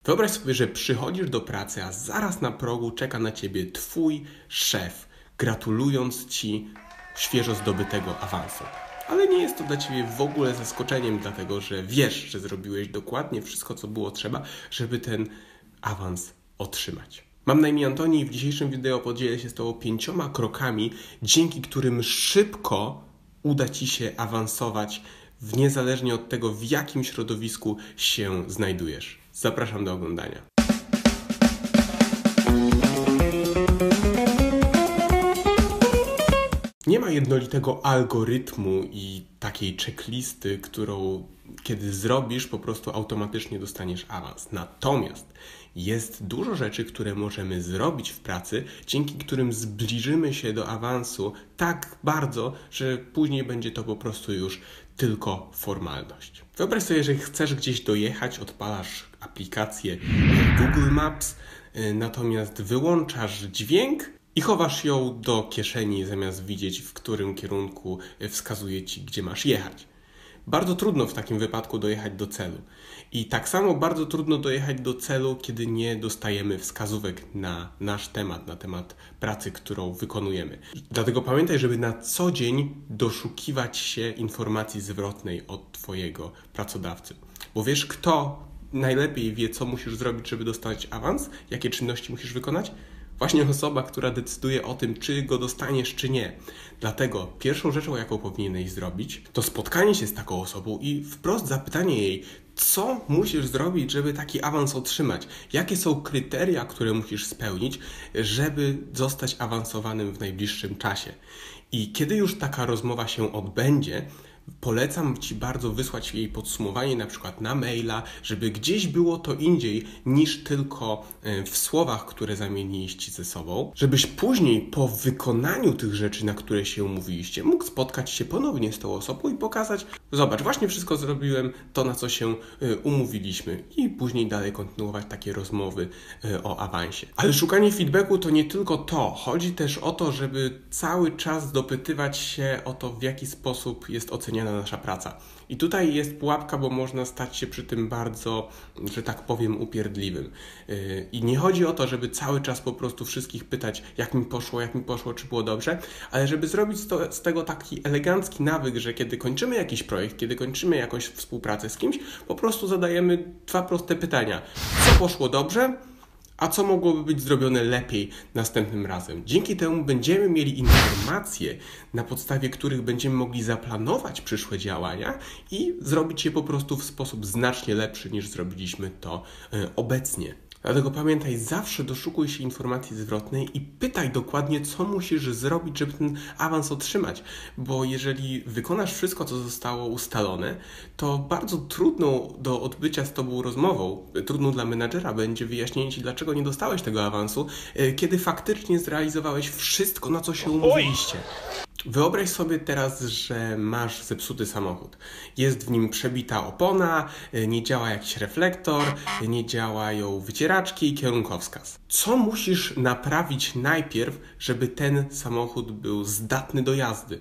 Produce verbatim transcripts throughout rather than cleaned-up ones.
Wyobraź sobie, że przychodzisz do pracy, a zaraz na progu czeka na ciebie twój szef, gratulując ci świeżo zdobytego awansu. Ale nie jest to dla ciebie w ogóle zaskoczeniem, dlatego że wiesz, że zrobiłeś dokładnie wszystko, co było trzeba, żeby ten awans otrzymać. Mam na imię Antoni i w dzisiejszym wideo podzielę się z tobą pięcioma krokami, dzięki którym szybko uda ci się awansować, w niezależnie od tego, w jakim środowisku się znajdujesz. Zapraszam do oglądania. Nie ma jednolitego algorytmu i takiej checklisty, którą kiedy zrobisz, po prostu automatycznie dostaniesz awans. Natomiast jest dużo rzeczy, które możemy zrobić w pracy, dzięki którym zbliżymy się do awansu tak bardzo, że później będzie to po prostu już tylko formalność. Wyobraź sobie, że chcesz gdzieś dojechać, odpalasz aplikację Google Maps, natomiast wyłączasz dźwięk i chowasz ją do kieszeni, zamiast widzieć, w którym kierunku wskazuje ci, gdzie masz jechać. Bardzo trudno w takim wypadku dojechać do celu. I tak samo bardzo trudno dojechać do celu, kiedy nie dostajemy wskazówek na nasz temat, na temat pracy, którą wykonujemy. Dlatego pamiętaj, żeby na co dzień doszukiwać się informacji zwrotnej od twojego pracodawcy. Bo wiesz, kto najlepiej wie, co musisz zrobić, żeby dostać awans, jakie czynności musisz wykonać? Właśnie osoba, która decyduje o tym, czy go dostaniesz, czy nie. Dlatego pierwszą rzeczą, jaką powinieneś zrobić, to spotkanie się z taką osobą i wprost zapytanie jej, co musisz zrobić, żeby taki awans otrzymać? Jakie są kryteria, które musisz spełnić, żeby zostać awansowanym w najbliższym czasie? I kiedy już taka rozmowa się odbędzie, polecam ci bardzo wysłać jej podsumowanie na przykład na maila, żeby gdzieś było to indziej niż tylko w słowach, które zamieniliście ze sobą, żebyś później po wykonaniu tych rzeczy, na które się umówiliście, mógł spotkać się ponownie z tą osobą i pokazać, zobacz, właśnie wszystko zrobiłem, to na co się umówiliśmy i później dalej kontynuować takie rozmowy o awansie. Ale szukanie feedbacku to nie tylko to, chodzi też o to, żeby cały czas dopytywać się o to, w jaki sposób jest oceniana nasza praca. I tutaj jest pułapka, bo można stać się przy tym bardzo, że tak powiem, upierdliwym. I nie chodzi o to, żeby cały czas po prostu wszystkich pytać, jak mi poszło, jak mi poszło, czy było dobrze, ale żeby zrobić z tego taki elegancki nawyk, że kiedy kończymy jakiś projekt, kiedy kończymy jakąś współpracę z kimś, po prostu zadajemy dwa proste pytania. Co poszło dobrze? A co mogłoby być zrobione lepiej następnym razem? Dzięki temu będziemy mieli informacje, na podstawie których będziemy mogli zaplanować przyszłe działania i zrobić je po prostu w sposób znacznie lepszy, niż zrobiliśmy to obecnie. Dlatego pamiętaj, zawsze doszukuj się informacji zwrotnej i pytaj dokładnie, co musisz zrobić, żeby ten awans otrzymać. Bo jeżeli wykonasz wszystko, co zostało ustalone, to bardzo trudną do odbycia z tobą rozmową, trudną dla menadżera będzie wyjaśnienie ci, dlaczego nie dostałeś tego awansu, kiedy faktycznie zrealizowałeś wszystko, na co się umówiliście. Wyobraź sobie teraz, że masz zepsuty samochód. Jest w nim przebita opona, nie działa jakiś reflektor, nie działają wycieraczki i kierunkowskaz. Co musisz naprawić najpierw, żeby ten samochód był zdatny do jazdy?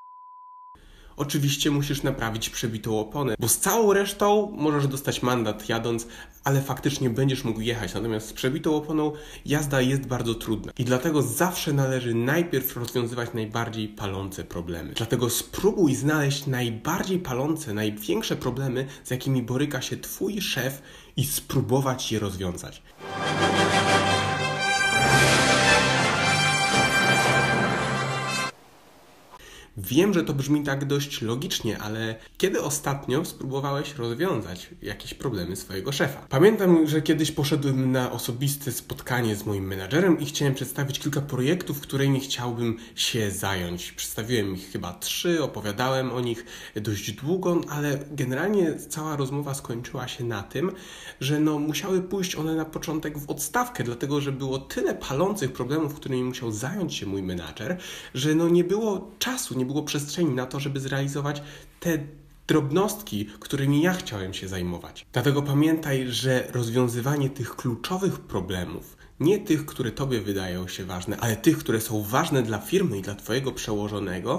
Oczywiście musisz naprawić przebitą oponę, bo z całą resztą możesz dostać mandat jadąc, ale faktycznie będziesz mógł jechać. Natomiast z przebitą oponą jazda jest bardzo trudna. I dlatego zawsze należy najpierw rozwiązywać najbardziej palące problemy. Dlatego spróbuj znaleźć najbardziej palące, największe problemy, z jakimi boryka się twój szef i spróbować je rozwiązać. Wiem, że to brzmi tak dość logicznie, ale kiedy ostatnio spróbowałeś rozwiązać jakieś problemy swojego szefa? Pamiętam, że kiedyś poszedłem na osobiste spotkanie z moim menadżerem i chciałem przedstawić kilka projektów, którymi chciałbym się zająć. Przedstawiłem ich chyba trzy, opowiadałem o nich dość długo, ale generalnie cała rozmowa skończyła się na tym, że no musiały pójść one na początek w odstawkę, dlatego że było tyle palących problemów, którymi musiał zająć się mój menadżer, że no nie było czasu, nie było przestrzeni na to, żeby zrealizować te drobnostki, którymi ja chciałem się zajmować. Dlatego pamiętaj, że rozwiązywanie tych kluczowych problemów, nie tych, które tobie wydają się ważne, ale tych, które są ważne dla firmy i dla twojego przełożonego,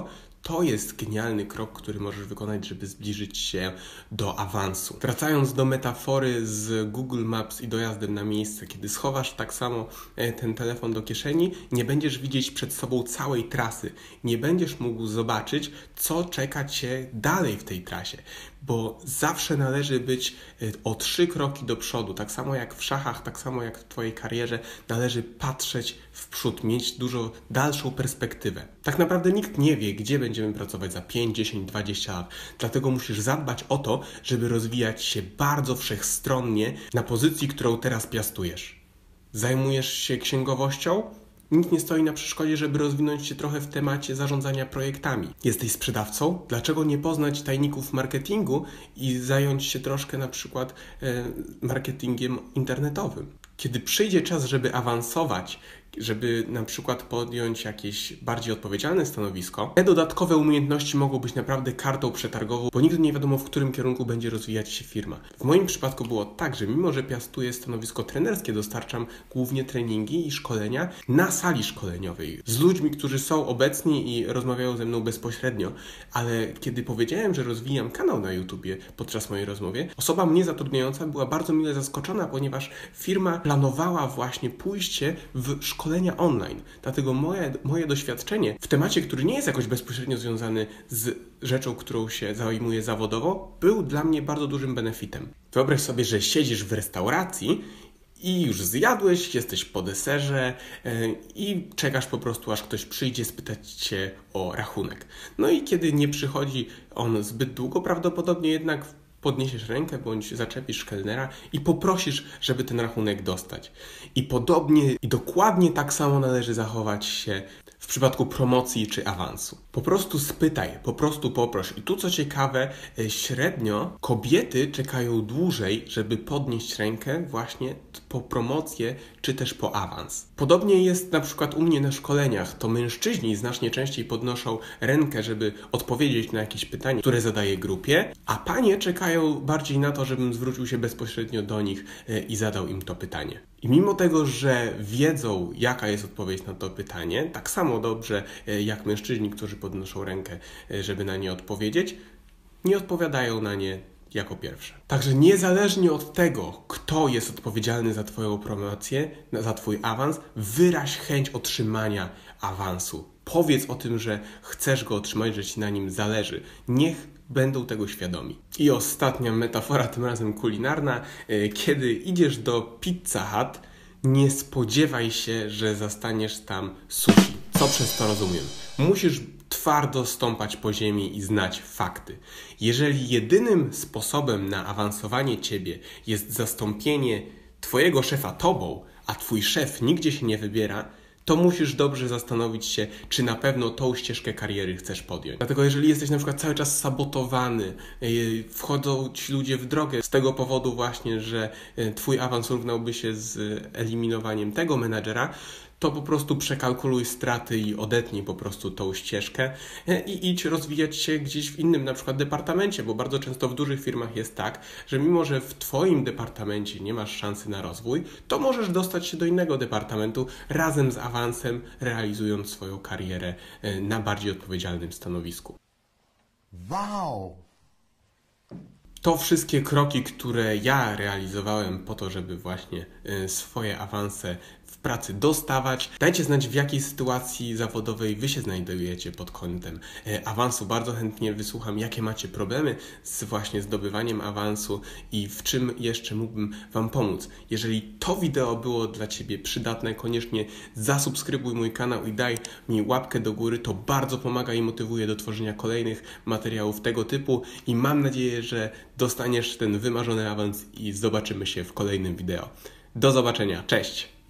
To jest genialny krok, który możesz wykonać, żeby zbliżyć się do awansu. Wracając do metafory z Google Maps i dojazdem na miejsce, kiedy schowasz tak samo ten telefon do kieszeni, nie będziesz widzieć przed sobą całej trasy. Nie będziesz mógł zobaczyć, co czeka Cię dalej w tej trasie, bo zawsze należy być o trzy kroki do przodu. Tak samo jak w szachach, tak samo jak w Twojej karierze, należy patrzeć w przód, mieć dużo dalszą perspektywę. Tak naprawdę nikt nie wie, gdzie będziemy pracować za pięć, dziesięć, dwadzieścia lat. Dlatego musisz zadbać o to, żeby rozwijać się bardzo wszechstronnie na pozycji, którą teraz piastujesz. Zajmujesz się księgowością? Nikt nie stoi na przeszkodzie, żeby rozwinąć się trochę w temacie zarządzania projektami. Jesteś sprzedawcą? Dlaczego nie poznać tajników marketingu i zająć się troszkę na przykład e, marketingiem internetowym? Kiedy przyjdzie czas, żeby awansować, żeby na przykład podjąć jakieś bardziej odpowiedzialne stanowisko, te dodatkowe umiejętności mogą być naprawdę kartą przetargową, bo nigdy nie wiadomo, w którym kierunku będzie rozwijać się firma. W moim przypadku było tak, że mimo, że piastuję stanowisko trenerskie, dostarczam głównie treningi i szkolenia na sali szkoleniowej z ludźmi, którzy są obecni i rozmawiają ze mną bezpośrednio, ale kiedy powiedziałem, że rozwijam kanał na YouTubie podczas mojej rozmowy, osoba mnie zatrudniająca była bardzo mile zaskoczona, ponieważ firma planowała właśnie pójście w szkolenie szkolenia online. Dlatego moje, moje doświadczenie w temacie, który nie jest jakoś bezpośrednio związany z rzeczą, którą się zajmuję zawodowo, był dla mnie bardzo dużym benefitem. Wyobraź sobie, że siedzisz w restauracji i już zjadłeś, jesteś po deserze yy, i czekasz po prostu, aż ktoś przyjdzie spytać Cię o rachunek. No i kiedy nie przychodzi on zbyt długo, prawdopodobnie jednak podniesiesz rękę bądź zaczepisz kelnera i poprosisz, żeby ten rachunek dostać. I podobnie i dokładnie tak samo należy zachować się w przypadku promocji czy awansu. Po prostu spytaj, po prostu poproś. I tu co ciekawe, średnio kobiety czekają dłużej, żeby podnieść rękę właśnie po promocję czy też po awans. Podobnie jest na przykład u mnie na szkoleniach. To mężczyźni znacznie częściej podnoszą rękę, żeby odpowiedzieć na jakieś pytanie, które zadaję grupie, a panie czekają bardziej na to, żebym zwrócił się bezpośrednio do nich i zadał im to pytanie. I mimo tego, że wiedzą, jaka jest odpowiedź na to pytanie, tak samo dobrze jak mężczyźni, którzy podnoszą rękę, żeby na nie odpowiedzieć, nie odpowiadają na nie jako pierwsze. Także niezależnie od tego, kto jest odpowiedzialny za Twoją promocję, za Twój awans, wyraź chęć otrzymania awansu. Powiedz o tym, że chcesz go otrzymać, że Ci na nim zależy. Niech będą tego świadomi. I ostatnia metafora, tym razem kulinarna. Kiedy idziesz do Pizza Hut, nie spodziewaj się, że zastaniesz tam sushi. Co przez to rozumiem? Musisz twardo stąpać po ziemi i znać fakty. Jeżeli jedynym sposobem na awansowanie Ciebie jest zastąpienie Twojego szefa Tobą, a Twój szef nigdzie się nie wybiera, to musisz dobrze zastanowić się, czy na pewno tą ścieżkę kariery chcesz podjąć. Dlatego jeżeli jesteś na przykład cały czas sabotowany, wchodzą Ci ludzie w drogę z tego powodu właśnie, że Twój awans równałby się z eliminowaniem tego menadżera, to po prostu przekalkuluj straty i odetnij po prostu tą ścieżkę i idź rozwijać się gdzieś w innym na przykład departamencie, bo bardzo często w dużych firmach jest tak, że mimo, że w Twoim departamencie nie masz szansy na rozwój, to możesz dostać się do innego departamentu razem z awansem, realizując swoją karierę na bardziej odpowiedzialnym stanowisku. Wow! To wszystkie kroki, które ja realizowałem po to, żeby właśnie swoje awanse w pracy dostawać. Dajcie znać, w jakiej sytuacji zawodowej Wy się znajdujecie pod kątem awansu. Bardzo chętnie wysłucham, jakie macie problemy z właśnie zdobywaniem awansu i w czym jeszcze mógłbym Wam pomóc. Jeżeli to wideo było dla Ciebie przydatne, koniecznie zasubskrybuj mój kanał i daj mi łapkę do góry. To bardzo pomaga i motywuje do tworzenia kolejnych materiałów tego typu i mam nadzieję, że dostaniesz ten wymarzony awans i zobaczymy się w kolejnym wideo. Do zobaczenia. Cześć!